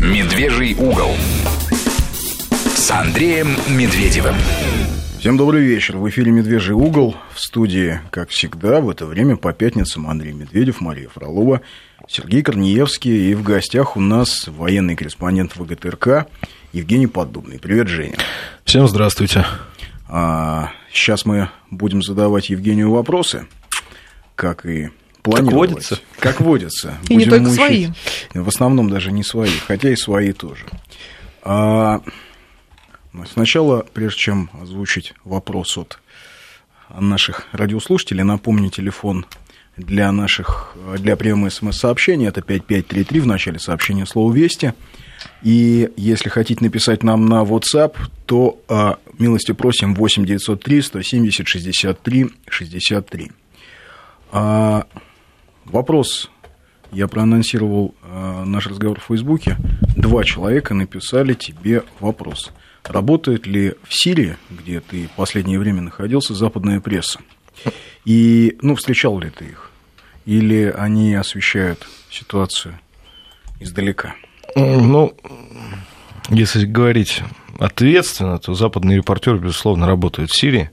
«Медвежий угол» с Андреем Медведевым. Всем добрый вечер. В эфире «Медвежий угол». В студии, как всегда, в это время по пятницам Андрей Медведев, Мария Фролова, Сергей Корнеевский. И в гостях у нас военный корреспондент ВГТРК Евгений Поддубный. Привет, Женя. Всем здравствуйте. Сейчас мы будем задавать Евгению вопросы, как и планировалось. Как водится. И не только свои. В основном даже не свои, хотя и свои тоже. Сначала, прежде чем озвучить вопрос от наших радиослушателей, напомню, телефон для приема СМС-сообщений – это 5533, в начале сообщения слово «Вести». И если хотите написать нам на WhatsApp, то милости просим 8 903 170 63 63. Вопрос. Я проанонсировал наш разговор в Фейсбуке. 2 человека написали тебе вопрос. Работает ли в Сирии, где ты в последнее время находился, западная пресса? И, встречал ли ты их? Или они освещают ситуацию издалека? Если говорить ответственно, то западные репортеры, безусловно, работают в Сирии.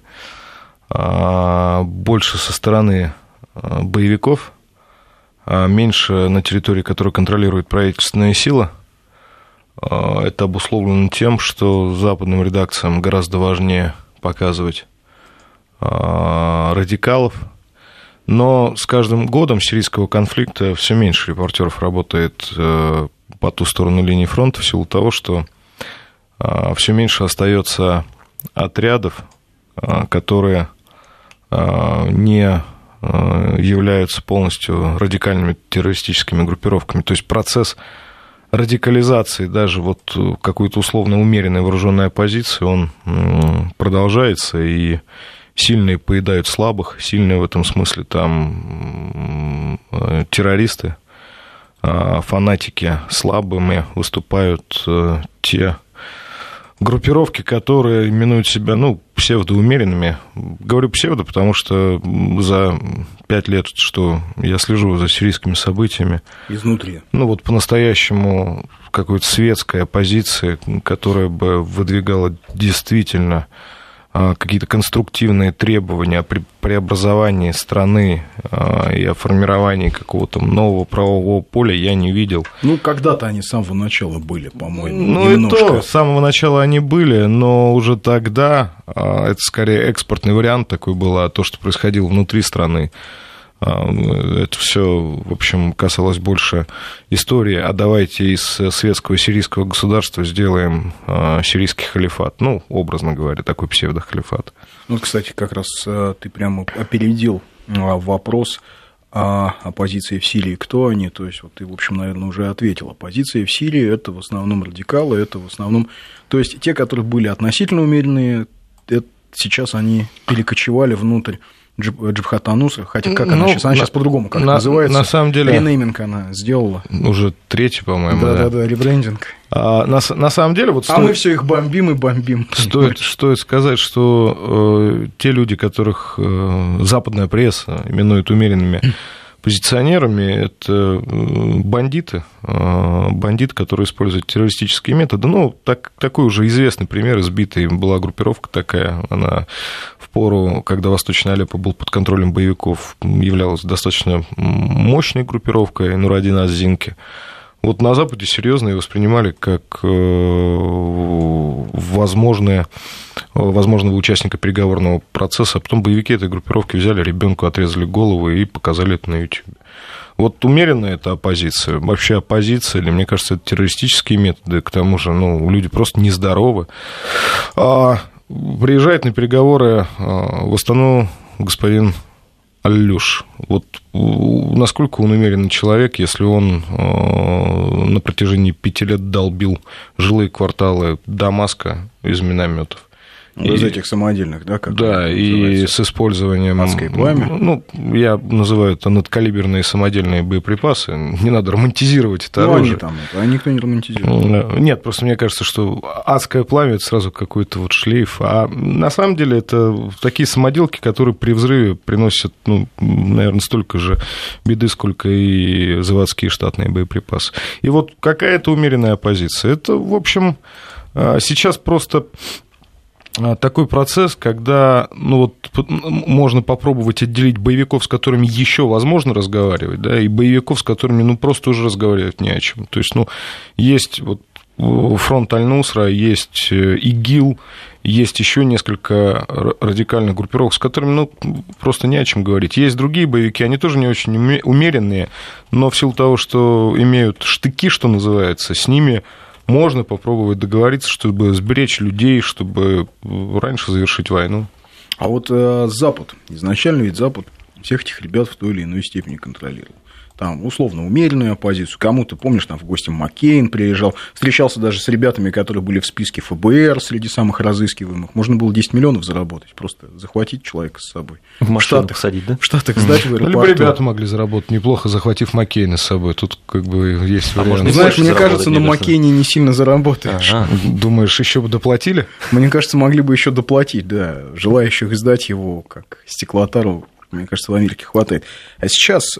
Больше со стороны боевиков, меньше на территории, которую контролирует правительственная сила. Это обусловлено тем, что западным редакциям гораздо важнее показывать радикалов. Но с каждым годом сирийского конфликта все меньше репортеров работает по ту сторону линии фронта в силу того, что все меньше остается отрядов, которые не являются полностью радикальными террористическими группировками. То есть процесс радикализации даже какой-то условно умеренной вооруженной оппозиции, он продолжается, и сильные поедают слабых, сильные в этом смысле там террористы, фанатики слабыми выступают те группировки, которые именуют себя, псевдоумеренными. Говорю псевдо, потому что за 5 лет, что я слежу за сирийскими событиями... Изнутри. По-настоящему какой-то светской оппозиции, которая бы выдвигала действительно какие-то конструктивные требования о преобразовании страны и о формировании какого-то нового правового поля, я не видел. Когда-то они с самого начала были, по-моему, немножко. И то, с самого начала они были, но уже тогда это скорее экспортный вариант такой был, а то, что происходило внутри страны, это все, в общем, касалось больше истории. А давайте из светского сирийского государства сделаем сирийский халифат. Образно говоря, такой псевдохалифат. Кстати, как раз ты прямо опередил вопрос о оппозиции в Сирии. Кто они? То есть, ты, в общем, наверное, уже ответил. Оппозиция в Сирии – это в основном радикалы, это в основном... То есть, те, которые были относительно умеренные, сейчас они перекочевали внутрь Джабхат ан-Нусра, хотя как она сейчас? Она сейчас по-другому как называется. На самом деле... Ренейминг она сделала. Уже 3-й, по-моему. Да, ребрендинг. На самом деле... мы все их бомбим и бомбим. Стоит сказать, что те люди, которых западная пресса именует умеренными позиционерами, это бандиты, которые используют террористические методы. Такой уже известный пример, избитая была группировка такая, она в пору, когда Восточный Алеппо был под контролем боевиков, являлась достаточно мощной группировкой Нураддин аз-Зинки. На Западе серьезно ее воспринимали как возможного участника переговорного процесса, а потом боевики этой группировки взяли ребенку, отрезали голову и показали это на YouTube. Умеренная это оппозиция, вообще оппозиция, или, мне кажется, это террористические методы, к тому же, люди просто нездоровы. Приезжает на переговоры в Астану господин Аль-Люш. Насколько он умеренный человек, если он на протяжении 5 лет долбил жилые кварталы Дамаска из минометов, Из этих самодельных, да? Как да, и с использованием... Адское пламя. Ну, я называю это надкалиберные самодельные боеприпасы. Не надо романтизировать это оружие. Никто не романтизирует. Нет, просто мне кажется, что адское пламя – это сразу какой-то вот шлейф. А на самом деле это такие самоделки, которые при взрыве приносят, наверное, столько же беды, сколько и заводские штатные боеприпасы. И вот какая-то умеренная оппозиция. Это, в общем, сейчас просто такой процесс, когда можно попробовать отделить боевиков, с которыми еще возможно разговаривать, да, и боевиков, с которыми просто уже разговаривать не о чем. То есть, есть вот фронт Аль-Нусра, есть ИГИЛ, есть еще несколько радикальных группировок, с которыми просто не о чем говорить. Есть другие боевики, они тоже не очень умеренные, но в силу того, что имеют штыки, что называется, с ними можно попробовать договориться, чтобы сберечь людей, чтобы раньше завершить войну. А вот Запад, изначально ведь Запад всех этих ребят в той или иной степени контролировал. Там, условно, умеренную оппозицию. Кому-то, помнишь, там в гости Маккейн приезжал, встречался даже с ребятами, которые были в списке ФБР среди самых разыскиваемых. Можно было 10 миллионов заработать, просто захватить человека с собой. В машину посадить, да? В Штатах сдать в аэропорту. Либо ребята могли заработать неплохо, захватив Маккейна с собой. Тут как бы есть вариант. Знаешь, мне кажется, на Маккейне не сильно заработаешь. Думаешь, еще бы доплатили? Мне кажется, могли бы еще доплатить, да. Желающих издать его как стеклотару, мне кажется, в Америке хватает. А сейчас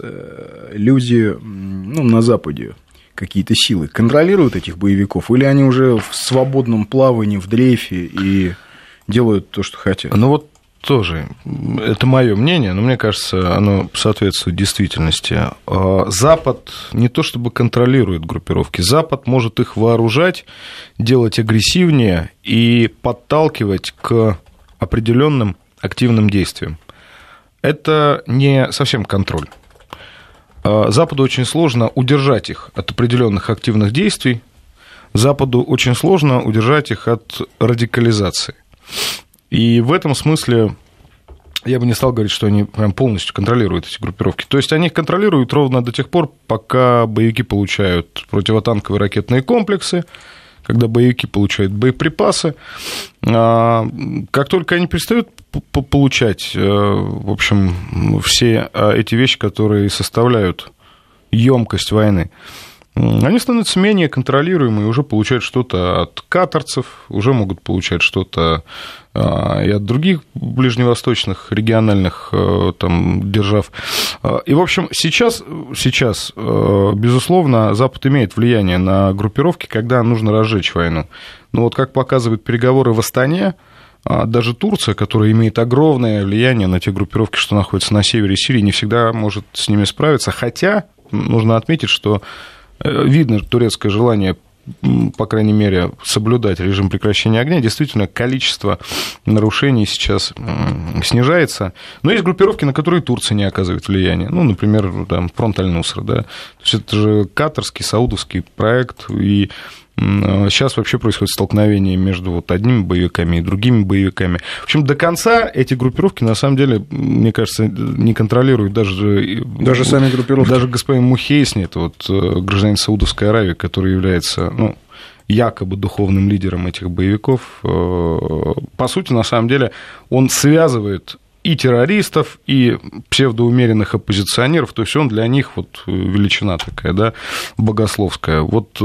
люди на Западе, какие-то силы, контролируют этих боевиков, или они уже в свободном плавании, в дрейфе и делают то, что хотят? Тоже, это мое мнение, но мне кажется, оно соответствует действительности. Запад не то чтобы контролирует группировки, Запад может их вооружать, делать агрессивнее и подталкивать к определенным активным действиям. Это не совсем контроль. Западу очень сложно удержать их от определенных активных действий, Западу очень сложно удержать их от радикализации. И в этом смысле я бы не стал говорить, что они прям полностью контролируют эти группировки. То есть они их контролируют ровно до тех пор, пока боевики получают противотанковые ракетные комплексы, когда боевики получают боеприпасы. Как только они перестают получать, в общем, все эти вещи, которые составляют емкость войны, они становятся менее контролируемы и уже получают что-то от катарцев, уже могут получать что-то и от других ближневосточных региональных держав. И, в общем, сейчас, безусловно, Запад имеет влияние на группировки, когда нужно разжечь войну. Но вот как показывают переговоры в Астане, даже Турция, которая имеет огромное влияние на те группировки, что находятся на севере Сирии, не всегда может с ними справиться. Хотя нужно отметить, что видно турецкое желание, по крайней мере, соблюдать режим прекращения огня. Действительно, количество нарушений сейчас снижается. Но есть группировки, на которые Турция не оказывает влияния. Например, фронт Аль-Нусра. Да? То есть это же катарский, саудовский проект. И сейчас вообще происходит столкновение между одними боевиками и другими боевиками. В общем, до конца эти группировки, на самом деле, мне кажется, не контролируют даже сами группировки. Даже господин Мухейсни, это гражданин Саудовской Аравии, который является якобы духовным лидером этих боевиков. По сути, на самом деле, он связывает и террористов, и псевдоумеренных оппозиционеров, то есть он для них величина такая, да, богословская.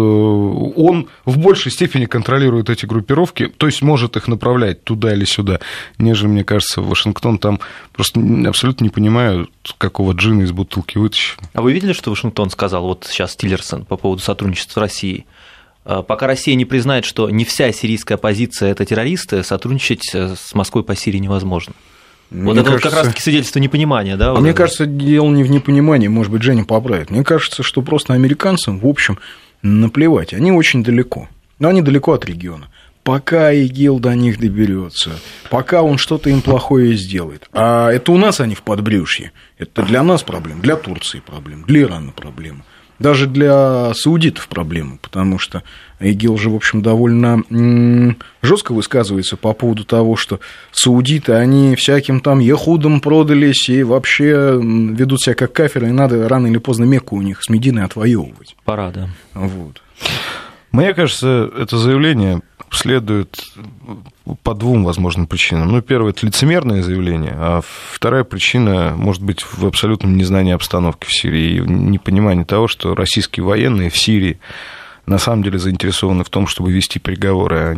Он в большей степени контролирует эти группировки, то есть может их направлять туда или сюда, нежели, мне кажется, Вашингтон там просто абсолютно не понимают, какого джина из бутылки вытащить. А вы видели, что Вашингтон сказал сейчас Тиллерсон по поводу сотрудничества с Россией? Пока Россия не признает, что не вся сирийская оппозиция – это террористы, сотрудничать с Москвой по Сирии невозможно. Это как раз-таки свидетельство непонимания, да? Мне кажется, дело не в непонимании, может быть, Женя поправит. Мне кажется, что просто американцам, в общем, наплевать. Они очень далеко. Но они далеко от региона. Пока ИГИЛ до них доберется, пока он что-то им плохое сделает. А это у нас они в подбрюшье. Это для нас проблема, для Турции проблема, для Ирана проблема. Даже для саудитов проблема, потому что ИГИЛ же, в общем, довольно жестко высказывается по поводу того, что саудиты, они всяким там яхудам продались и вообще ведут себя как кафиры, и надо рано или поздно Мекку у них с Мединой отвоевывать. Пора, да. Вот. Мне кажется, это заявление следует по двум возможным причинам. Ну, первое – это лицемерное заявление, а вторая причина может быть в абсолютном незнании обстановки в Сирии и непонимании того, что российские военные в Сирии на самом деле заинтересованы в том, чтобы вести переговоры, а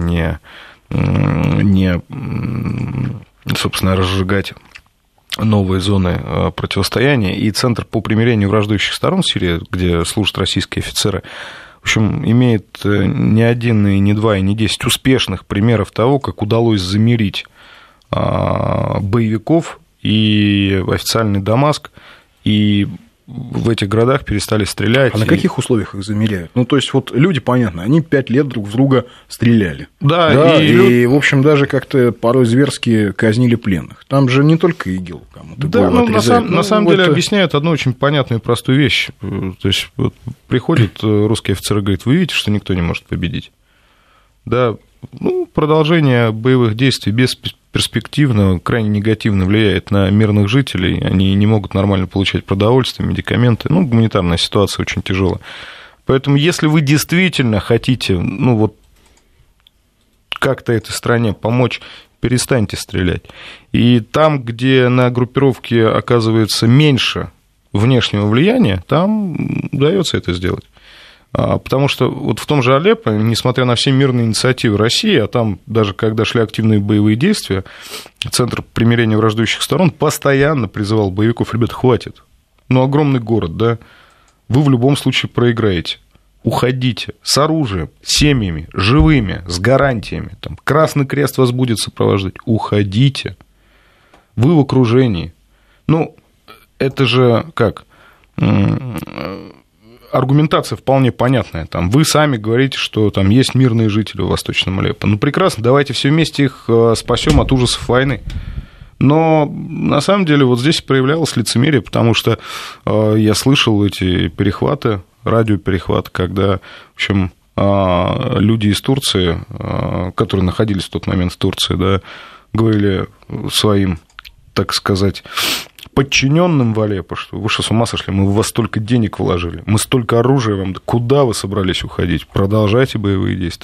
не собственно, разжигать новые зоны противостояния. И Центр по примирению враждующих сторон в Сирии, где служат российские офицеры, в общем, имеет не один, и не два, и не 10 успешных примеров того, как удалось замирить боевиков и официальный Дамаск, и в этих городах перестали стрелять. А на каких условиях их замеряют? Ну, то есть, вот люди, понятно, они 5 лет друг в друга стреляли. Да, и, в общем, даже как-то порой зверски казнили пленных. Там же не только ИГИЛ кому-то голову отрезает. На самом деле объясняют одну очень понятную и простую вещь. То есть, вот приходит русский офицер и говорит: вы видите, что никто не может победить? Да, ну, продолжение боевых действий бесперспективно, крайне негативно влияет на мирных жителей. Они не могут нормально получать продовольствие, медикаменты. Ну, гуманитарная ситуация очень тяжелая. Поэтому, если вы действительно хотите, ну, вот как-то этой стране помочь, перестаньте стрелять. И там, где на группировке оказывается меньше внешнего влияния, там удается это сделать. Потому что вот в том же Алеппо, несмотря на все мирные инициативы России, а там даже когда шли активные боевые действия, Центр примирения враждующих сторон постоянно призывал боевиков: ребята, хватит, ну, огромный город, да, вы в любом случае проиграете, уходите с оружием, семьями, живыми, с гарантиями, там, Красный Крест вас будет сопровождать, уходите, вы в окружении. Ну, это же как... Аргументация вполне понятная. Там, вы сами говорите, что там есть мирные жители в Восточном Алеппо. Ну, прекрасно, давайте все вместе их спасем от ужасов войны. Но на самом деле вот здесь проявлялось лицемерие, потому что я слышал эти перехваты, радиоперехваты, когда, в общем, люди из Турции, которые находились в тот момент в Турции, да, говорили своим, так сказать, подчиненным в Алеппо, что вы что, с ума сошли, мы в вас столько денег вложили, мы столько оружия вам, куда вы собрались уходить, продолжайте боевые действия.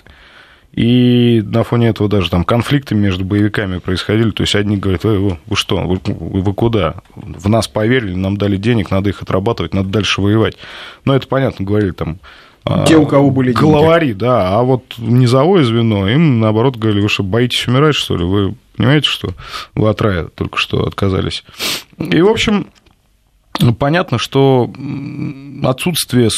И на фоне этого даже там конфликты между боевиками происходили, то есть одни говорят: вы что, вы куда, в нас поверили, нам дали денег, надо их отрабатывать, надо дальше воевать. Ну, это понятно, говорили там те, у кого были главари, да, а вот низовое звено, им наоборот говорили: вы что, боитесь умирать, что ли, вы понимаете, что вы от рая только что отказались. И, в общем, понятно, что отсутствие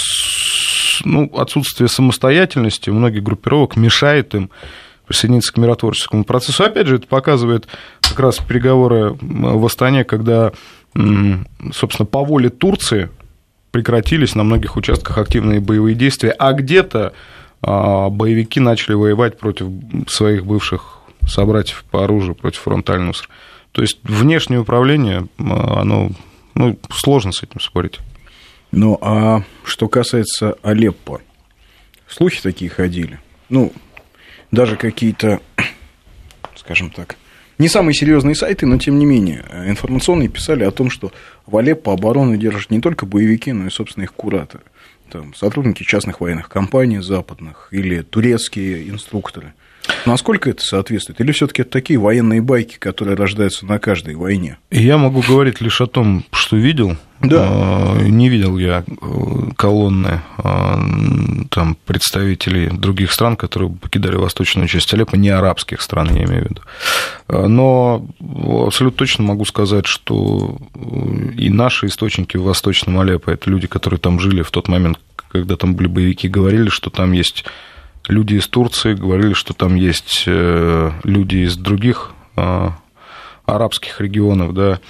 самостоятельности у многих группировок мешает им присоединиться к миротворческому процессу. Опять же, это показывает как раз переговоры в Астане, когда, собственно, по воле Турции прекратились на многих участках активные боевые действия, а где-то боевики начали воевать против своих бывших собратьев по оружию, против фронта Аль-Нусра. То есть внешнее управление, оно, ну, сложно с этим спорить. Ну, а что касается Алеппо, слухи такие ходили. Ну, даже какие-то, скажем так, не самые серьезные сайты, но тем не менее, информационные писали о том, что в Алеппо оборону держат не только боевики, но и, собственно, их кураторы. Там, сотрудники частных военных компаний западных или турецкие инструкторы. Насколько это соответствует? Или все-таки это такие военные байки, которые рождаются на каждой войне? Я могу говорить лишь о том, что видел. Да. Не видел я колонны там, представителей других стран, которые покидали восточную часть Алеппо, не арабских стран, я имею в виду. Но абсолютно точно могу сказать, что и наши источники в Восточном Алеппо, это люди, которые там жили в тот момент, когда там были боевики, говорили, что там есть люди из Турции, говорили, что там есть люди из других арабских регионов, да.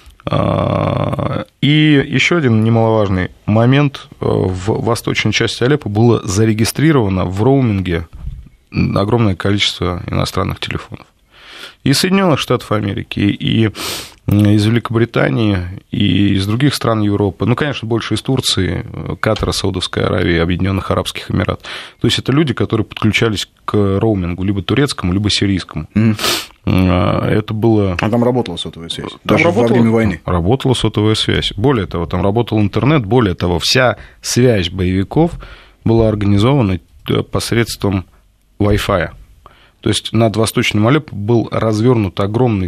И еще один немаловажный момент: в восточной части Алеппо было зарегистрировано в роуминге огромное количество иностранных телефонов. Из Соединенных Штатов Америки, и из Великобритании, и из других стран Европы, ну, конечно, больше из Турции, Катара, Саудовской Аравии, Объединенных Арабских Эмиратов. То есть это люди, которые подключались к роумингу, либо турецкому, либо сирийскому. Это было... А там работала сотовая связь? Даже во время войны? Работала сотовая связь. Более того, там работал интернет, более того, вся связь боевиков была организована посредством Wi-Fi. То есть над Восточным Алеппо был развернут огромная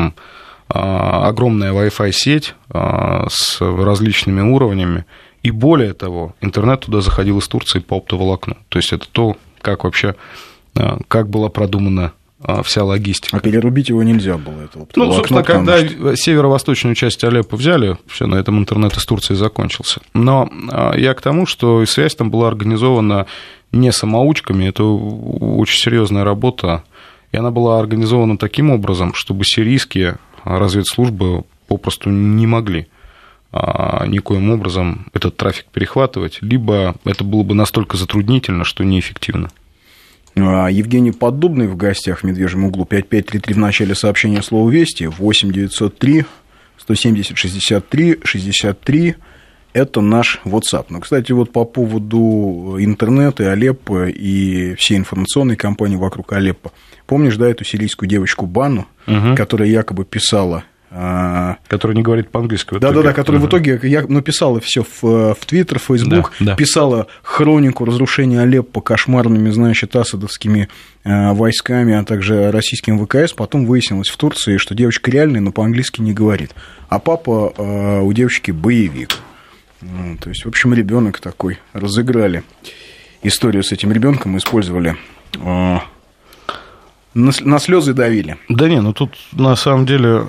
Wi-Fi сеть с различными уровнями. И более того, интернет туда заходил из Турции по оптоволокну. То есть это то, как была продумана вся логистика. А перерубить его нельзя было, это оптоволокно. Собственно, когда северо-восточную часть Алеппо взяли, все, на этом интернет из Турции закончился. Но я к тому, что и связь там была организована не самоучками, это очень серьезная работа, и она была организована таким образом, чтобы сирийские разведслужбы попросту не могли никоим образом этот трафик перехватывать, либо это было бы настолько затруднительно, что неэффективно. Евгений Поддубный в гостях в «Медвежьем углу». 5533 в начале сообщения слово «Вести». 8903 170 63 63. Это наш WhatsApp. Но, кстати, вот по поводу интернета и Алеппо и всей информационной кампании вокруг Алеппо. Помнишь, да, эту сирийскую девочку Бану, которая якобы писала... Которая не говорит по-английски. Да-да-да, которая в итоге писала все в Твиттер, в Фейсбук, писала хронику разрушения Алеппо кошмарными, значит, асадовскими войсками, а также российским ВКС. Потом выяснилось в Турции, что девочка реальная, но по-английски не говорит. А папа у девочки боевик. То есть, в общем, ребенок такой. Разыграли историю с этим ребенком, использовали... На слезы давили. Да не, тут на самом деле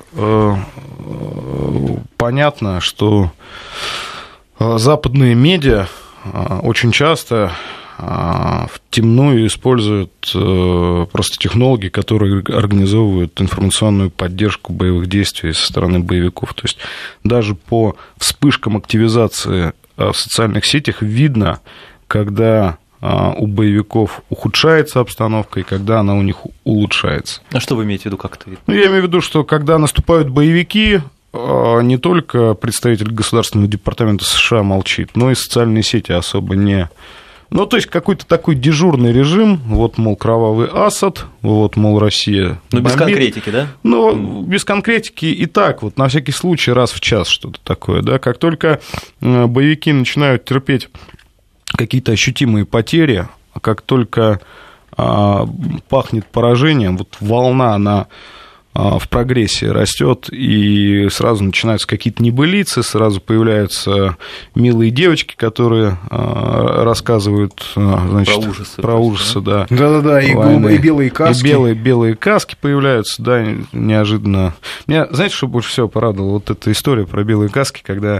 понятно, что западные медиа очень часто втемную используют просто технологии, которые организовывают информационную поддержку боевых действий со стороны боевиков. То есть даже по вспышкам активизации в социальных сетях видно, когда у боевиков ухудшается обстановка и когда она у них улучшается. А что вы имеете в виду, как это видно? Я имею в виду, что когда наступают боевики, не только представитель Государственного департамента США молчит, но и социальные сети особо не... то есть какой-то такой дежурный режим, вот, мол, кровавый Асад, вот, мол, Россия бомбит. Без конкретики, да? Без конкретики и так, вот, на всякий случай, раз в час что-то такое, да. Как только боевики начинают терпеть какие-то ощутимые потери, как только пахнет поражением, вот волна, она в прогрессии растет, и сразу начинаются какие-то небылицы, сразу появляются милые девочки, которые рассказывают, значит, про ужасы, да. Да-да-да, и белые каски. И белые каски появляются, да, неожиданно. Меня, знаете, что больше всего порадовало? Вот эта история про белые каски, когда...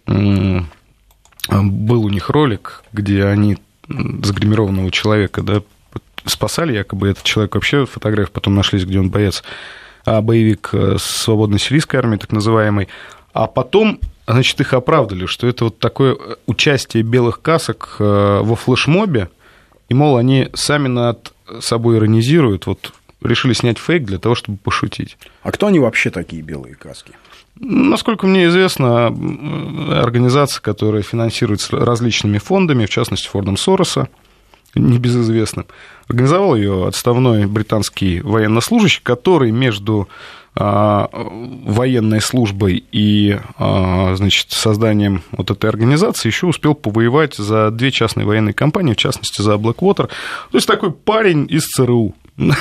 Был у них ролик, где они загримированного человека, да, спасали, якобы этот человек вообще фотографии потом нашлись, где он боевик свободной сирийской армии, так называемой, а потом, значит, их оправдали, что это вот такое участие белых касок во флешмобе, и, мол, они сами над собой иронизируют, вот решили снять фейк для того, чтобы пошутить. А кто они вообще такие, белые каски? Насколько мне известно, организация, которая финансируется различными фондами, в частности, фондом Сороса, небезызвестным, организовал ее отставной британский военнослужащий, который между военной службой и, значит, созданием вот этой организации еще успел повоевать за 2 частные военные компании, в частности, за Blackwater. То есть такой парень из ЦРУ,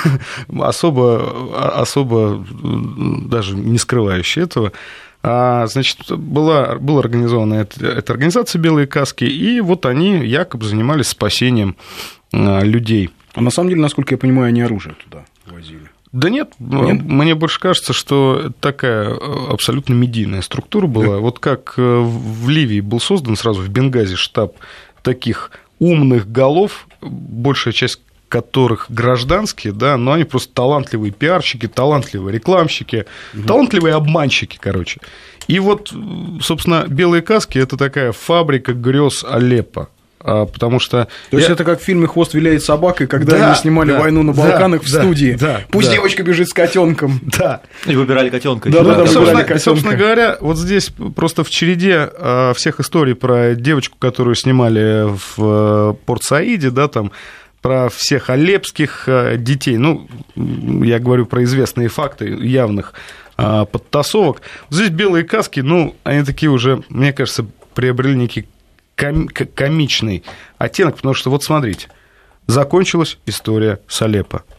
особо даже не скрывающий этого. Значит, была организована эта организация «Белые каски», и вот они якобы занимались спасением людей. А на самом деле, насколько я понимаю, они оружие туда возили. Да нет, мне больше кажется, что такая абсолютно медийная структура была. Вот как в Ливии был создан сразу в Бенгази штаб таких умных голов, большая часть которых гражданские, да, но они просто талантливые пиарщики, талантливые рекламщики, талантливые обманщики, короче. И вот, собственно, «Белые каски» — это такая фабрика грез Алеппо. Потому что... То есть это как в фильме «Хвост виляет собакой», когда они снимали «Войну на Балканах» в студии. Пусть девочка бежит с котенком. Да. И выбирали котенка. Собственно говоря, вот здесь просто в череде всех историй про девочку, которую снимали в Порт-Саиде, да, там, про всех алеппских детей, я говорю про известные факты явных подтасовок. Здесь «Белые каски», они такие уже, мне кажется, приобрели некий комичный оттенок, потому что, вот смотрите, закончилась история с Алеппо.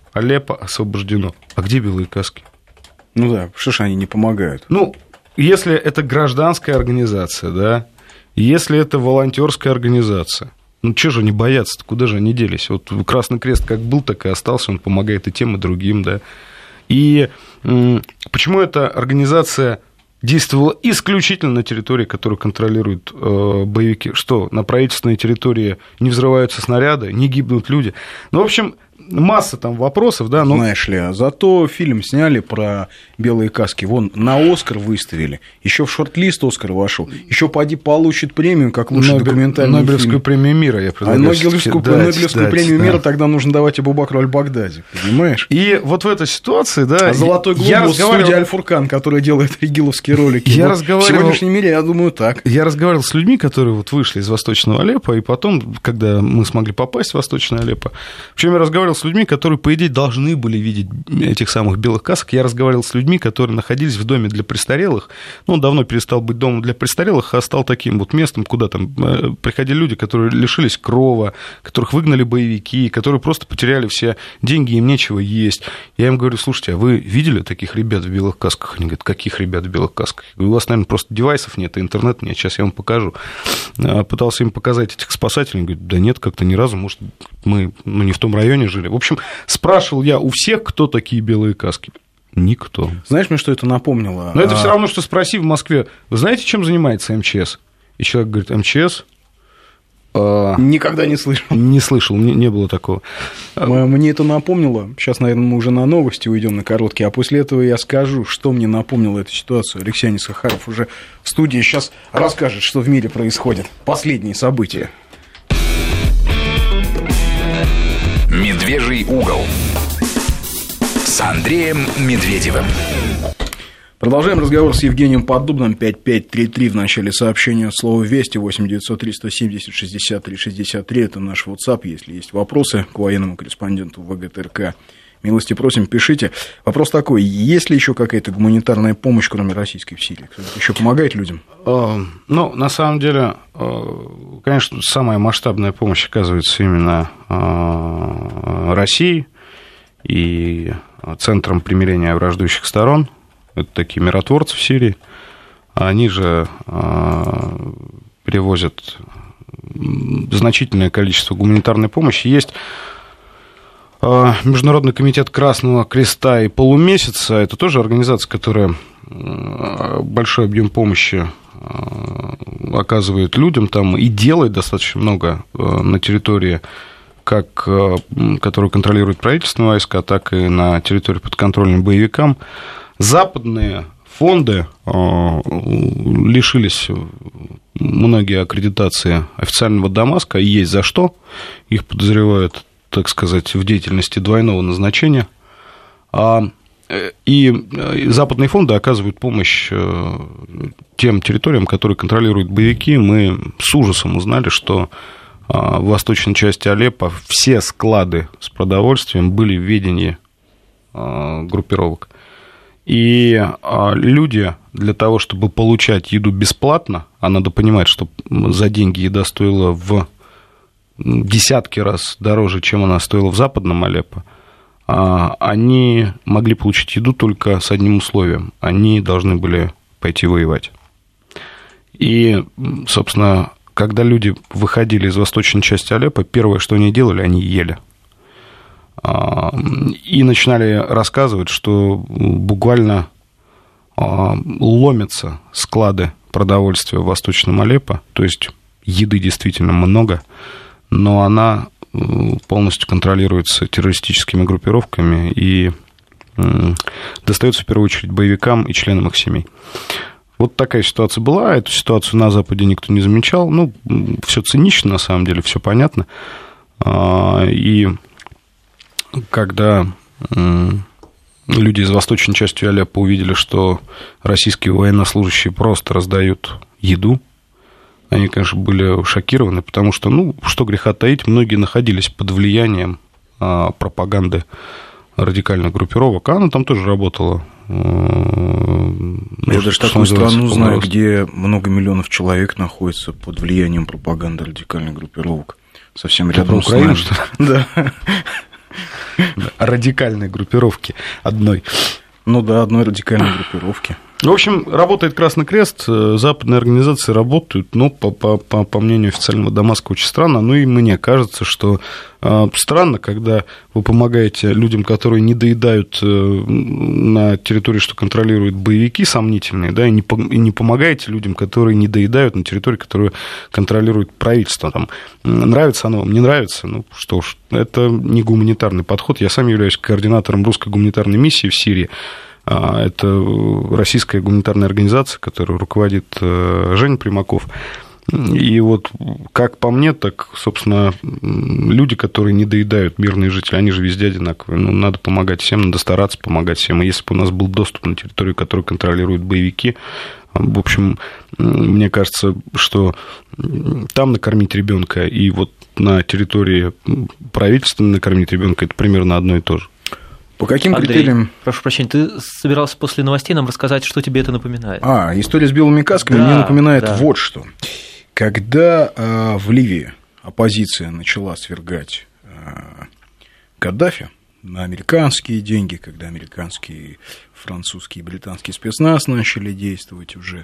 Алеппо освобождено. А где белые каски? Ну да, что ж они не помогают? Ну, если это гражданская организация, да, если это волонтерская организация, ну, чего же они боятся-то, куда же они делись? Вот Красный Крест как был, так и остался, он помогает и тем, и другим, да. И почему эта организация действовала исключительно на территории, которую контролируют боевики? Что, на правительственной территории не взрываются снаряды, не гибнут люди? Ну, в общем, масса там вопросов, да. Но... Знаешь ли, зато фильм сняли про белые каски. Вон, на «Оскар» выставили. Еще в шорт-лист «Оскар» вошел. Еще поди получит премию, как лучший документальный фильм. Нобелевскую премию мира, я предлагаю. Нобелевскую премию мира тогда нужно давать Абу-Бакру аль-Багдади, понимаешь? И вот в этой ситуации, да... «Золотой глобус» студия «Аль-Фуркан», которая делает ригиловские ролики. В сегодняшнем мире, я думаю, так. Я разговаривал с людьми, которые вот вышли из Восточного Алеппо, и потом, когда мы смогли попасть в Восточное Алеппо, в чем я разговаривал с людьми, которые, по идее, должны были видеть этих самых белых касок. Я разговаривал с людьми, которые находились в доме для престарелых. Ну, он давно перестал быть домом для престарелых, а стал таким вот местом, куда там приходили люди, которые лишились крова, которых выгнали боевики, которые просто потеряли все деньги, им нечего есть. Я им говорю: слушайте, а вы видели таких ребят в белых касках? Они говорят: каких ребят в белых касках? Я говорю: у вас, наверное, просто девайсов нет, интернет нет, сейчас я вам покажу. Пытался им показать этих спасателей, говорит: да нет, как-то ни разу, может, мы не в том районе жили. В общем, спрашивал я у всех, кто такие белые каски. Никто. Знаешь, мне что это напомнило? Но это все равно, что спроси в Москве: вы знаете, чем занимается МЧС? И человек говорит: МЧС? Никогда не слышал. Не слышал, не было такого. Мне это напомнило. Сейчас, наверное, мы уже на новости уйдем на короткие, а после этого я скажу, что мне напомнило эту ситуацию. Алексей Сахаров уже в студии сейчас расскажет, что в мире происходит. Последние события. «Медвежий угол» с Андреем Медведевым. Продолжаем разговор с Евгением Поддубным. 5533 в начале сообщения. Слово «Вести». 8-903-170-63-63. Это наш WhatsApp. Если есть вопросы к военному корреспонденту ВГТРК, милости просим, пишите. Вопрос такой: есть ли еще какая-то гуманитарная помощь, кроме российской, в Сирии? Кто-то еще помогает людям? Ну, на самом деле, конечно, самая масштабная помощь оказывается именно России и Центром примирения враждующих сторон. Это такие миротворцы в Сирии. Они же привозят значительное количество гуманитарной помощи. Есть Международный комитет Красного Креста и Полумесяца. Это тоже организация, которая большой объем помощи оказывает людям там и делает достаточно много на территории, как, которую контролирует правительственные войска, так и на территории подконтрольной боевикам. Западные фонды лишились многие аккредитации официального Дамаска, и есть за что. Их подозревают, так сказать, в деятельности двойного назначения. И западные фонды оказывают помощь тем территориям, которые контролируют боевики. Мы с ужасом узнали, что в восточной части Алеппо все склады с продовольствием были в ведении группировок. И люди для того, чтобы получать еду бесплатно, а надо понимать, что за деньги еда стоила в десятки раз дороже, чем она стоила в западном Алеппо, они могли получить еду только с одним условием: они должны были пойти воевать. И, собственно, когда люди выходили из восточной части Алеппо, первое, что они делали, они ели. И начинали рассказывать, что буквально ломятся склады продовольствия в Восточном Алеппо, то есть еды действительно много, но она полностью контролируется террористическими группировками и достается в первую очередь боевикам и членам их семей. Вот такая ситуация была, эту ситуацию на Западе никто не замечал, ну, все цинично, на самом деле, все понятно, и когда люди из восточной части Алеппо увидели, что российские военнослужащие просто раздают еду, они, конечно, были шокированы, потому что, ну, что греха таить, многие находились под влиянием пропаганды радикальных группировок, а она там тоже работала. Я даже такую страну знаю, где много миллионов человек находится под влиянием пропаганды радикальных группировок. Совсем рядом с нами. Что ли? Да. радикальной группировки одной. Ну да, одной радикальной группировки. В общем, работает Красный Крест, западные организации работают, но, по мнению официального Дамаска, очень странно. Ну и мне кажется, что странно, когда вы помогаете людям, которые не доедают на территории, что контролируют боевики сомнительные, да, и не помогаете людям, которые не доедают на территории, которую контролирует правительство. Там, нравится оно вам, не нравится, ну что ж, это не гуманитарный подход. Я сам являюсь координатором русской гуманитарной миссии в Сирии. Это российская гуманитарная организация, которую руководит Женя Примаков. И вот как по мне, так, собственно, люди, которые не доедают, мирные жители, они же везде одинаковые. Ну, надо помогать всем, надо стараться помогать всем. И если бы у нас был доступ на территорию, которую контролируют боевики, в общем, мне кажется, что там накормить ребенка и вот на территории правительства накормить ребенка — это примерно одно и то же. По каким Андрей, критериям? Прошу прощения, ты собирался после новостей нам рассказать, что тебе это напоминает? История с белыми касками мне напоминает вот что. Когда в Ливии оппозиция начала свергать Каддафи на американские деньги, когда американский, французский и британский спецназ начали действовать уже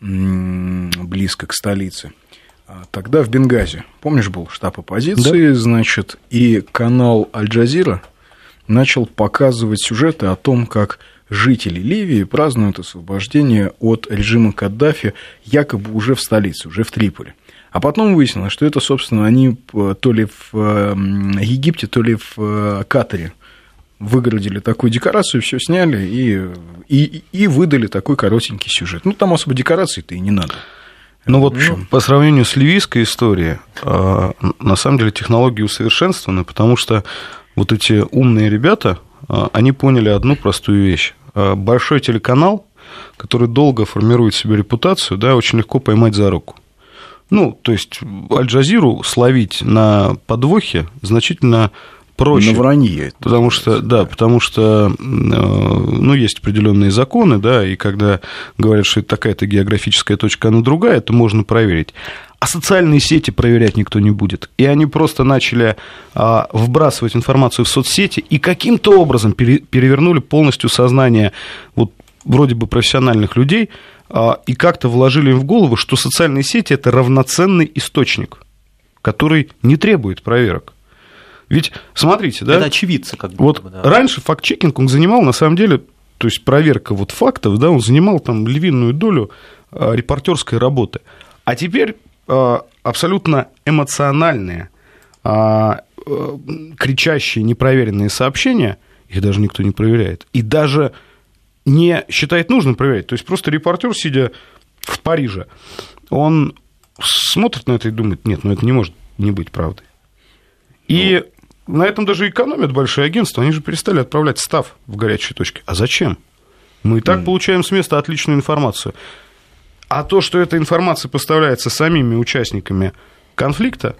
близко к столице, тогда в Бенгази, помнишь, был штаб оппозиции, да? Значит, и канал Аль-Джазира начал показывать сюжеты о том, как жители Ливии празднуют освобождение от режима Каддафи якобы уже в столице, уже в Триполи. А потом выяснилось, что это, собственно, они то ли в Египте, то ли в Катаре выгородили такую декорацию, все сняли и выдали такой коротенький сюжет. Ну, там особо декораций-то и не надо. Ну вот по сравнению с ливийской историей, на самом деле технологии усовершенствованы, потому что вот эти умные ребята, они поняли одну простую вещь. Большой телеканал, который долго формирует себе репутацию, да, очень легко поймать за руку. Ну, то есть Аль-Джазиру словить на подвохе значительно проще. На вранье. Потому что, да, потому что, ну, есть определенные законы, да, и когда говорят, что это такая-то географическая точка, она другая, это можно проверить. А социальные сети проверять никто не будет. И они просто начали вбрасывать информацию в соцсети и каким-то образом перевернули полностью сознание вот вроде бы профессиональных людей и как-то вложили им в голову, что социальные сети – это равноценный источник, который не требует проверок. Ведь, смотрите, да? Это очевидцы, как бы. Вот да. Раньше факт-чекинг он занимал, на самом деле, то есть проверка вот фактов, да, он занимал там львиную долю репортерской работы. А теперь абсолютно эмоциональные, кричащие, непроверенные сообщения, их даже никто не проверяет. И даже не считает нужным проверять. То есть просто репортер, сидя в Париже, он смотрит на это и думает, нет, ну это не может не быть правдой. И на этом даже экономят большие агентства. Они же перестали отправлять став в горячие точки. А зачем? Мы и так получаем с места отличную информацию. А то, что эта информация поставляется самими участниками конфликта,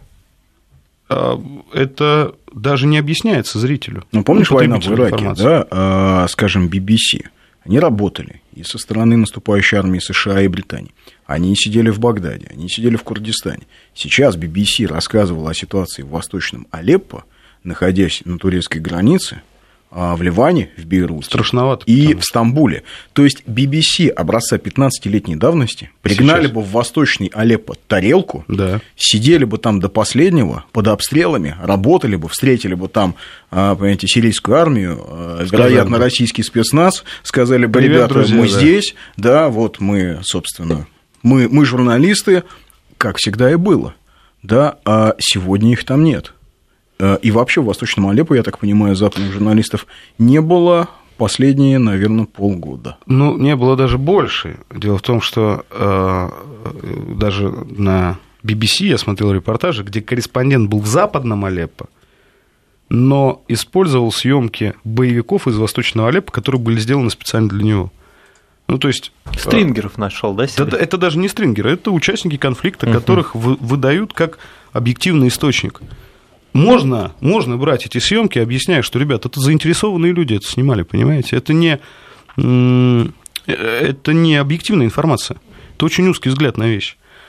это даже не объясняется зрителю. Ну, помнишь, война в Ираке, да, скажем, BBC, они работали и со стороны наступающей армии США и Британии. Они сидели в Багдаде, они сидели в Курдистане. Сейчас BBC рассказывала о ситуации в Восточном Алеппо, находясь на турецкой границе, в Ливане, в Бейруте страшновато, и в Стамбуле. То есть BBC образца 15-летней давности пригнали бы в Восточный Алеппо тарелку, да, сидели бы там до последнего под обстрелами, работали бы, встретили бы там, понимаете, сирийскую армию, вероятно, российский спецназ, сказали бы, привет, ребята, друзья, мы здесь, да, вот мы, собственно, мы журналисты, как всегда и было, да, а сегодня их там нет. И вообще в Восточном Алеппо, я так понимаю, западных журналистов не было последние, наверное, полгода. Ну, не было даже больше. Дело в том, что даже на BBC я смотрел репортажи, где корреспондент был в Западном Алеппо, но использовал съемки боевиков из Восточного Алеппо, которые были сделаны специально для него. Ну, то есть... Стрингеров нашел, да, себе? Это даже не стрингеры, это участники конфликта, которых выдают как объективный источник. Можно брать эти съемки, объясняя, что, ребят, это заинтересованные люди это снимали, понимаете? Это не объективная информация. Это очень узкий взгляд на вещь.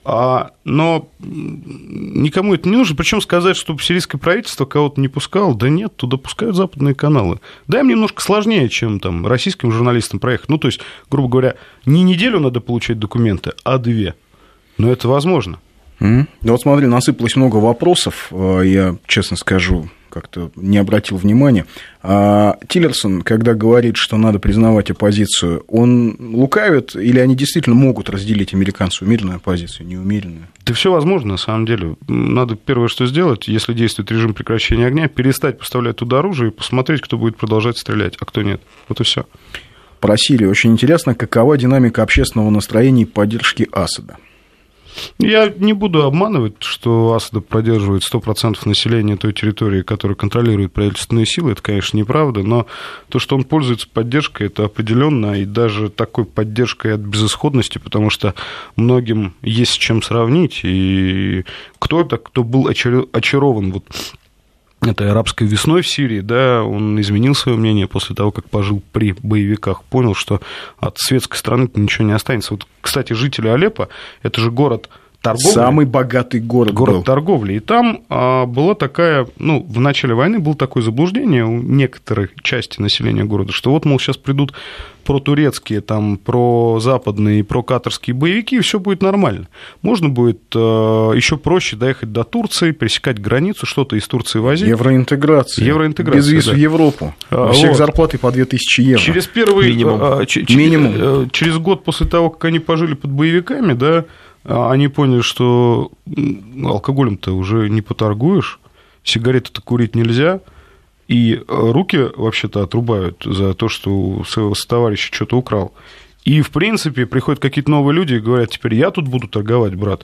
Но никому это не нужно. Причем сказать, что сирийское правительство кого-то не пускало, да нет, туда пускают западные каналы. Да, им немножко сложнее, чем там российским журналистам проехать. Ну, то есть, грубо говоря, не неделю надо получать документы, а 2. Но это возможно. Да вот смотри, насыпалось много вопросов, я, честно скажу, как-то не обратил внимания. Тиллерсон, когда говорит, что надо признавать оппозицию, он лукавит или они действительно могут разделить американцев умеренную оппозицию, неумеренную? Да все возможно, на самом деле. Надо первое, что сделать, если действует режим прекращения огня, перестать поставлять туда оружие и посмотреть, кто будет продолжать стрелять, а кто нет. Вот и все. Про Сирию очень интересно, какова динамика общественного настроения и поддержки Асада? Я не буду обманывать, что Асада поддерживает 100% населения той территории, которую контролируют правительственные силы. Это, конечно, неправда, но то, что он пользуется поддержкой, это определенно, и даже такой поддержкой от безысходности, потому что многим есть с чем сравнить. И кто-то, кто был очарован вот этой арабской весной в Сирии, да, он изменил свое мнение после того, как пожил при боевиках, понял, что от светской страны ничего не останется. Вот, кстати, жители Алеппо, это же город торговли. Самый богатый город был. Торговли. И там была такая, ну, в начале войны было такое заблуждение у некоторой части населения города, что вот, мол, сейчас придут протурецкие, там, прозападные, прокатарские боевики, и все будет нормально. Можно будет еще проще доехать до Турции, пересекать границу, что-то из Турции возить. Евроинтеграция. Без виз, да. В Европу. У всех зарплаты по 2000 евро. Через первый... Минимум. Через год после того, как они пожили под боевиками, да, они поняли, что алкоголем-то уже не поторгуешь, сигареты-то курить нельзя, и руки вообще-то отрубают за то, что у своего товарища что-то украл. И, в принципе, приходят какие-то новые люди и говорят, теперь я тут буду торговать, брат.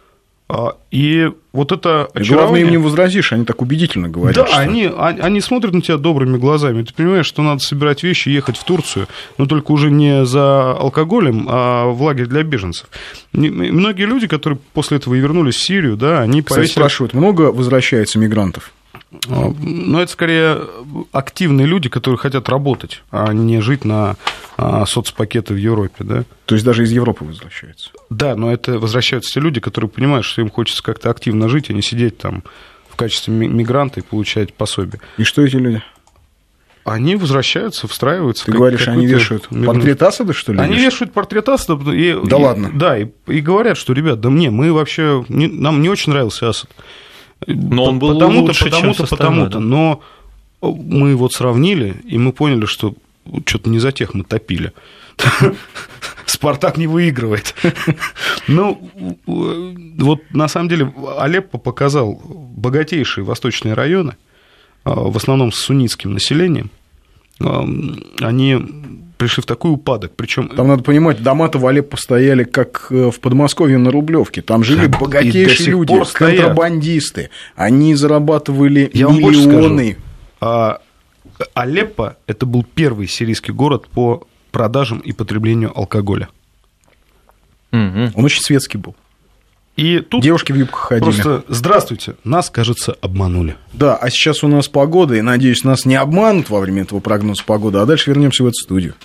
И вот это очарование... Главное, им не возразишь, они так убедительно говорят. Да, что... они смотрят на тебя добрыми глазами. Ты понимаешь, что надо собирать вещи и ехать в Турцию, но только уже не за алкоголем, а в лагерь для беженцев. Многие люди, которые после этого и вернулись в Сирию, да, они... Кстати, спрашивают, много возвращается мигрантов? Но это скорее активные люди, которые хотят работать, а не жить на соцпакеты в Европе, да. То есть даже из Европы возвращаются? Да, но это возвращаются те люди, которые понимают, что им хочется как-то активно жить, а не сидеть там в качестве мигранта и получать пособие. И что эти люди? Они возвращаются, встраиваются. Ты говоришь, они вешают портрет Асада, что ли? Они вешают портрет Асада. Да ладно? Да, и говорят, что, ребят, да мы вообще... Нам не очень нравился Асад. Но он был лучше, чем потому-то. Но мы вот сравнили, и мы поняли, что что-то не за тех мы топили. Спартак не выигрывает. Ну, вот на самом деле Алеппо показал богатейшие восточные районы, в основном с суннитским населением. Они пришли в такой упадок, причем... Там надо понимать, дома-то в Алеппо стояли, как в Подмосковье на Рублевке. Там жили богатейшие люди, контрабандисты. Они зарабатывали миллионы. Алеппо – это был первый сирийский город по продажам и потреблению алкоголя. Он очень светский был. И тут девушки в юбках ходили. Просто здравствуйте, нас, кажется, обманули. Да, а сейчас у нас погода, и, надеюсь, нас не обманут во время этого прогноза погоды, а дальше вернемся в эту студию.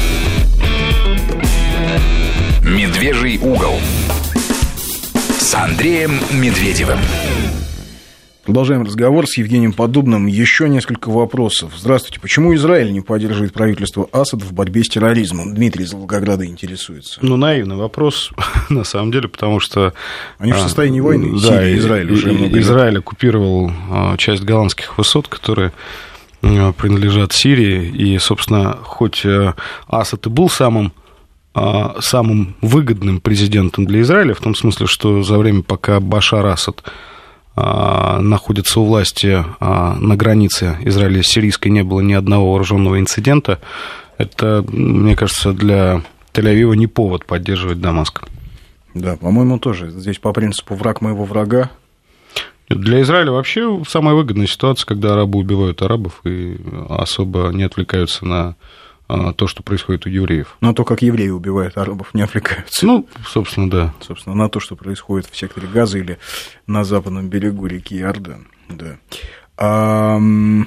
«Медвежий угол» с Андреем Медведевым. Продолжаем разговор с Евгением Поддубным. Еще несколько вопросов. Здравствуйте. Почему Израиль не поддерживает правительство Асада в борьбе с терроризмом? Дмитрий из Волгограда интересуется. Ну, наивный вопрос, на самом деле, потому что... Они в состоянии войны. Да, Сирия, Израиль уже много лет. Израиль оккупировал часть Голландских высот, которые принадлежат Сирии. И, собственно, хоть Асад и был самым выгодным президентом для Израиля, в том смысле, что за время, пока Башар Асад находится у власти на границе Израиля с сирийской, не было ни одного вооруженного инцидента, это, мне кажется, для Тель-Авива не повод поддерживать Дамаск. Да, по-моему, тоже. Здесь по принципу «враг моего врага». Для Израиля вообще самая выгодная ситуация, когда арабы убивают арабов и особо не отвлекаются на то, что происходит у евреев. На то, как евреи убивают арабов, не отвлекаются. Ну, собственно, да. Собственно, на то, что происходит в секторе Газа или на западном берегу реки Иордан. Да.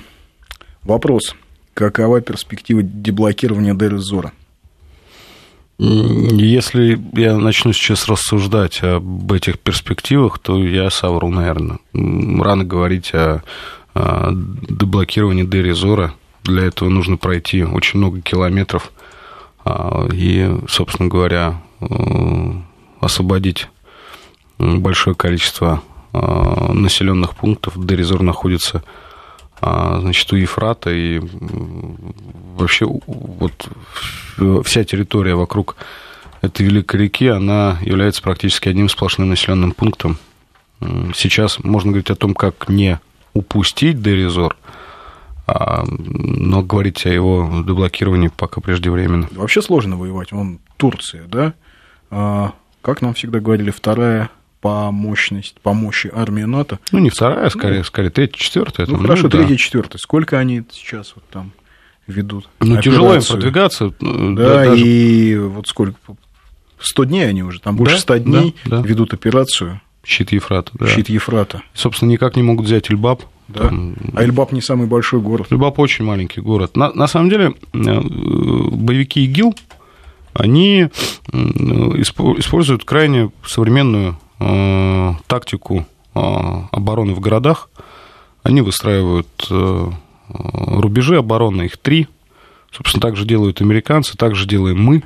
Вопрос. Какова перспектива деблокирования Дейр эз-Зора? Если я начну сейчас рассуждать об этих перспективах, то я совру, наверное. Рано говорить о деблокировании Дейр-эз-Зора. Для этого нужно пройти очень много километров и, собственно говоря, освободить большое количество населенных пунктов. Дейр-эз-Зор находится, значит, у Ефрата, и вообще вот вся территория вокруг этой великой реки, она является практически одним сплошным населенным пунктом. Сейчас можно говорить о том, как не упустить Дейр-эз-Зор, но говорить о его деблокировании пока преждевременно. Вообще сложно воевать. Вон Турция, да? Как нам всегда говорили, вторая по мощи армии НАТО. Ну, не вторая, скорее третья, четвертая. Ну, хорошо, третья, четвертая. Сколько они сейчас вот там ведут? Ну, операцию? Тяжело им продвигаться. Да, даже... и вот сколько? 100 дней они уже, там больше 100 дней ведут операцию. Щит Ефрата, да. Щит Ефрата. Собственно, никак не могут взять Эльбаб. Да. Там... А Эльбаб не самый большой город. Эльбаб очень маленький город. На самом деле, боевики ИГИЛ, они используют крайне современную тактику обороны в городах. Они выстраивают рубежи обороны, их 3. Собственно, так же делают американцы, так же делаем мы.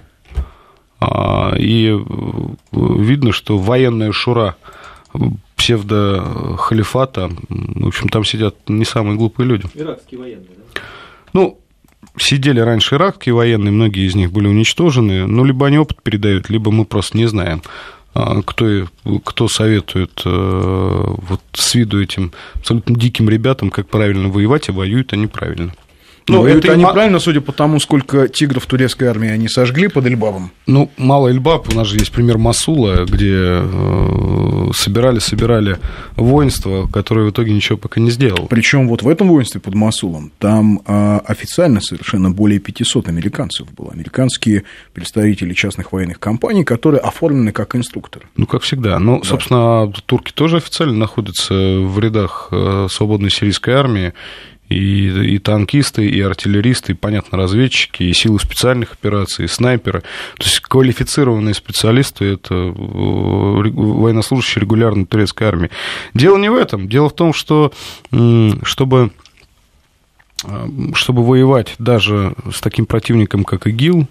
И видно, что военная шура псевдохалифата, в общем, там сидят не самые глупые люди. Иракские военные, да? Ну, сидели раньше иракские военные, многие из них были уничтожены, но либо они опыт передают, либо мы просто не знаем, кто советует вот с виду этим абсолютно диким ребятам, как правильно воевать, а воюют они правильно. Ну, это они правильно, судя по тому, сколько тигров турецкой армии они сожгли под Эльбабом. Ну, мало Эльбаб, у нас же есть пример Мосула, где собирали воинство, которое в итоге ничего пока не сделало. Причем вот в этом воинстве под Мосулом там официально совершенно более 500 американцев было. Американские представители частных военных компаний, которые оформлены как инструкторы. Ну, как всегда. Ну, да. Собственно, турки тоже официально находятся в рядах свободной сирийской армии. И танкисты, и артиллеристы, и, понятно, разведчики, и силы специальных операций, и снайперы. То есть квалифицированные специалисты – это военнослужащие регулярной турецкой армии. Дело не в этом. Дело в том, что чтобы воевать даже с таким противником, как ИГИЛ,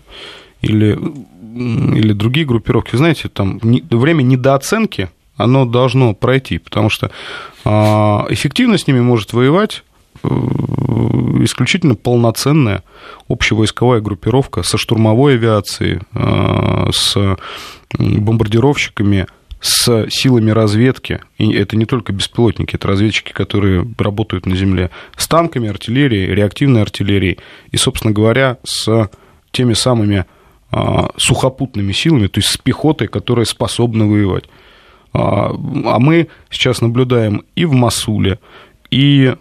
или другие группировки, вы знаете, там время недооценки, оно должно пройти, потому что эффективно с ними может воевать исключительно полноценная общевойсковая группировка со штурмовой авиацией, с бомбардировщиками, с силами разведки. И это не только беспилотники, это разведчики, которые работают на земле, с танками, артиллерией, реактивной артиллерией и, собственно говоря, с теми самыми сухопутными силами, то есть с пехотой, которая способна воевать. А мы сейчас наблюдаем и в Мосуле, и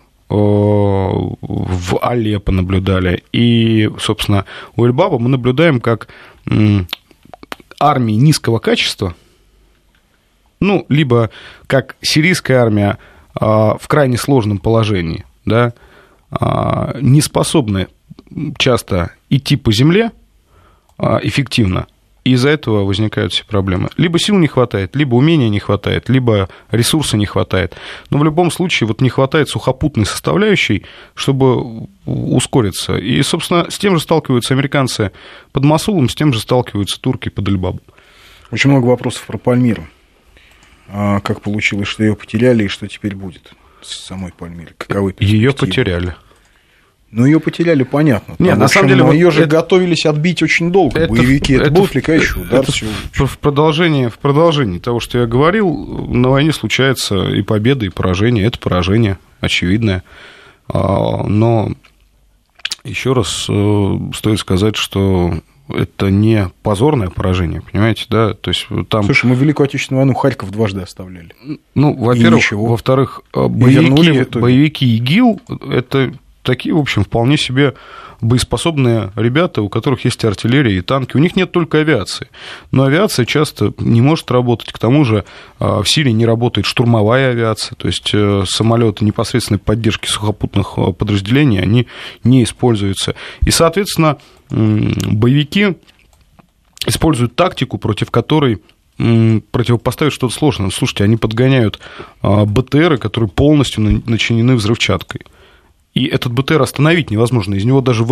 в Алеппо наблюдали, и, собственно, у Эльбаба мы наблюдаем, как армии низкого качества, ну, либо как сирийская армия в крайне сложном положении, да, не способны часто идти по земле эффективно, и из-за этого возникают все проблемы. Либо сил не хватает, либо умения не хватает, либо ресурса не хватает. Но в любом случае вот не хватает сухопутной составляющей, чтобы ускориться. И, собственно, с тем же сталкиваются американцы под Мосулом, с тем же сталкиваются турки под Эльбабом. Очень много вопросов про Пальмиру. Как получилось, что ее потеряли, и что теперь будет с самой Пальмирой? Каковы перспективы? Ее потеряли. Ну, ее потеряли, понятно. Нет, на самом деле, ее же готовились отбить очень долго. Боевики. Это был отвлекающий удар. В продолжении того, что я говорил, на войне случается и победа, и поражение. Это поражение очевидное. Но еще раз стоит сказать, что это не позорное поражение, понимаете, да? То есть там... Слушай, мы Великую Отечественную войну Харьков дважды оставляли. Ну, во-первых, во-вторых, боевики ИГИЛ – это такие, в общем, вполне себе боеспособные ребята, у которых есть артиллерия и танки. У них нет только авиации. Но авиация часто не может работать. К тому же в Сирии не работает штурмовая авиация. То есть самолеты непосредственной поддержки сухопутных подразделений, они не используются. И, соответственно, боевики используют тактику, против которой противопоставить что-то сложное. Слушайте, они подгоняют БТРы, которые полностью начинены взрывчаткой. И этот БТР остановить невозможно. Из него даже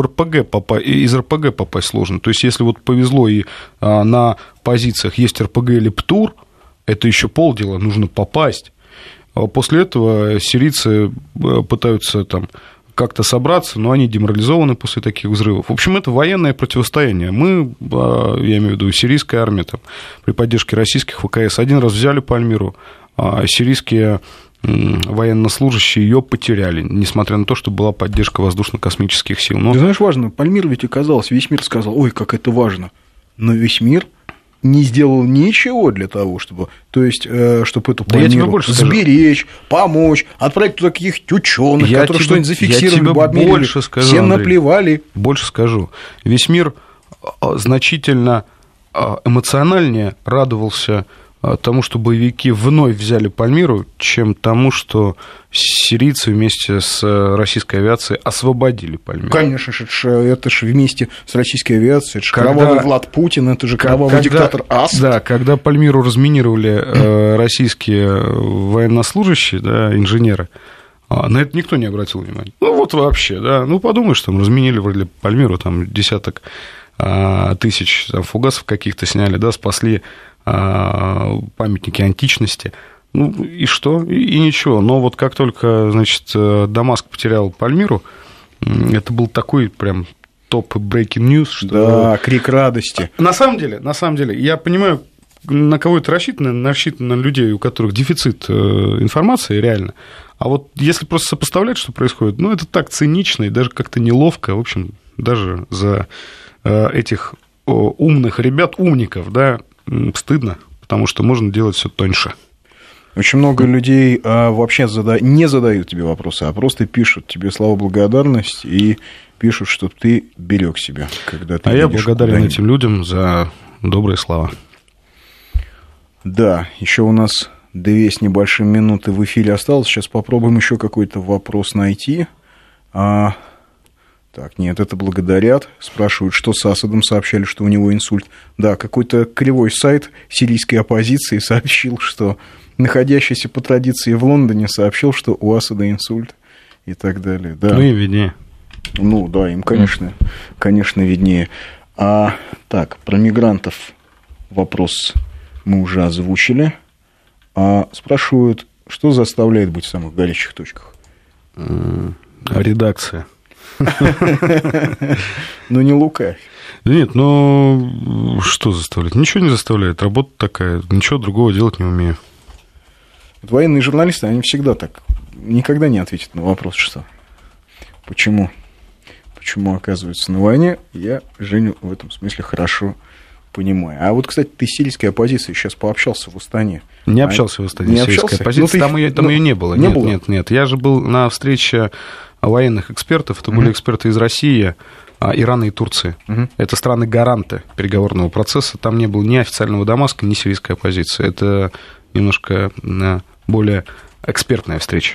из РПГ попасть сложно. То есть, если вот повезло и на позициях есть РПГ или ПТУР, это еще полдела, нужно попасть. После этого сирийцы пытаются там как-то собраться, но они деморализованы после таких взрывов. В общем, это военное противостояние. Мы, я имею в виду сирийская армия, там, при поддержке российских ВКС, один раз взяли Пальмиру, а сирийские военнослужащие ее потеряли, несмотря на то, что была поддержка воздушно-космических сил. Но... Ты знаешь, важно, Пальмира ведь оказалось, весь мир сказал, ой, как это важно, но весь мир не сделал ничего для того, чтобы, то есть, чтобы эту Пальмиру сберечь, помочь, отправить туда каких-то ученых, которые что-нибудь зафиксировали, обмерили, всем наплевали. Больше скажу. Весь мир значительно эмоциональнее радовался тому, что боевики вновь взяли Пальмиру, чем тому, что сирийцы вместе с российской авиацией освободили Пальмиру. Конечно, это же вместе с российской авиацией, это же кровавый Влад Путин, это же кровавый диктатор Асад. Да, когда Пальмиру разминировали российские военнослужащие, да, инженеры, на это никто не обратил внимания. Ну, вот вообще, да, ну, подумаешь, там, разминировали Пальмиру, там, десяток тысяч там, фугасов каких-то сняли, да, спасли памятники античности. Ну, и что? И ничего. Но вот как только, значит, Дамаск потерял Пальмиру, это был такой прям топ-breaking news, что... Да, крик радости. На самом деле, я понимаю, на кого это рассчитано на людей, у которых дефицит информации реально. А вот если просто сопоставлять, что происходит, ну, это так цинично и даже как-то неловко. В общем, даже за этих умных ребят, умников, да, стыдно, потому что можно делать все тоньше. Очень много людей вообще не задают тебе вопросы, а просто пишут тебе слова благодарности и пишут, чтобы ты берег себя, когда ты я благодарен этим людям за добрые слова. Да, еще у нас 2 с небольшим минуты в эфире осталось. Сейчас попробуем еще какой-то вопрос найти. Так, нет, это благодарят. Спрашивают, что с Асадом, сообщали, что у него инсульт. Да, какой-то кривой сайт сирийской оппозиции сообщил, что находящийся по традиции в Лондоне сообщил, что у Асада инсульт и так далее. Да. Ну, им виднее. Ну, да, им, конечно, виднее. Так, про мигрантов вопрос мы уже озвучили. Спрашивают, что заставляет быть в самых горячих точках? Редакция. Ну, не лукавь. Да нет, ну, что заставляет? Ничего не заставляет. Работа такая. Ничего другого делать не умею. Военные журналисты, они всегда так. Никогда не ответят на вопрос, что. Почему оказываются на войне, я Женю в этом смысле хорошо понимаю. А вот, кстати, ты с сирийской оппозицией сейчас пообщался в Астане. Не общался в Астане с сирийской оппозицией. Там ее не было. Нет. Я же был на встрече военных экспертов. Это были эксперты из России, Ирана и Турции. Это страны-гаранты переговорного процесса. Там не было ни официального Дамаска, ни сирийской оппозиции. Это немножко более экспертная встреча.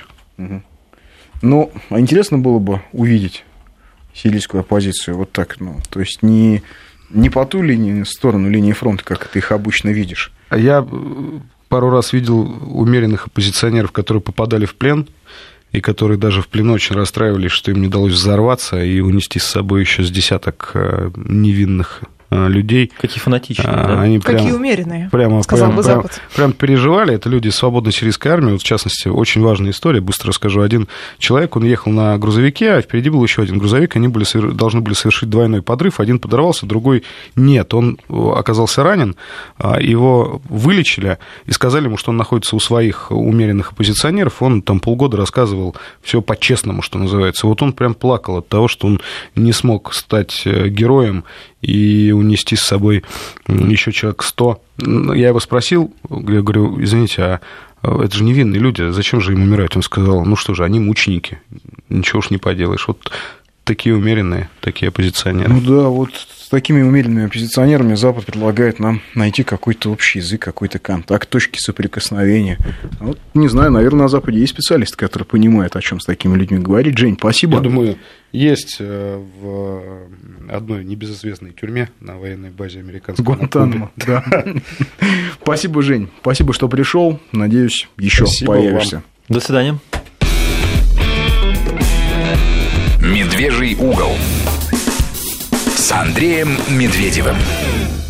Ну, а интересно было бы увидеть сирийскую оппозицию вот так, ну, то есть не по ту сторону линии фронта, как ты их обычно видишь. Я пару раз видел умеренных оппозиционеров, которые попадали в плен, и которые даже в плену очень расстраивались, что им не удалось взорваться и унести с собой еще с десяток невинных людей. Какие фанатичные, да? Они какие умеренные, сказал бы Запад. Прям переживали. Это люди свободной сирийской армии. Вот, в частности, очень важная история. Быстро расскажу. Один человек, он ехал на грузовике, а впереди был еще один грузовик. Они должны были совершить двойной подрыв. Один подорвался, другой нет. Он оказался ранен. Его вылечили и сказали ему, что он находится у своих умеренных оппозиционеров. Он там полгода рассказывал все по-честному, что называется. Вот он прям плакал от того, что он не смог стать героем и унести с собой еще человек 100. Я его спросил, я говорю, извините, а это же невинные люди, зачем же им умирать? Он сказал, ну что же, они мученики, ничего уж не поделаешь. Вот такие умеренные, такие оппозиционеры. Ну да, вот с такими умеренными оппозиционерами Запад предлагает нам найти какой-то общий язык, какой-то контакт, точки соприкосновения. Вот, не знаю, наверное, на Западе есть специалисты, которые понимают, о чем с такими людьми говорить. Жень, спасибо. Я думаю, есть в одной небезызвестной тюрьме на военной базе американской. Гуантанамо, да. Спасибо, Жень. Спасибо, что пришел. Надеюсь, еще появишься. До свидания. «Медвежий угол» с Андреем Медведевым.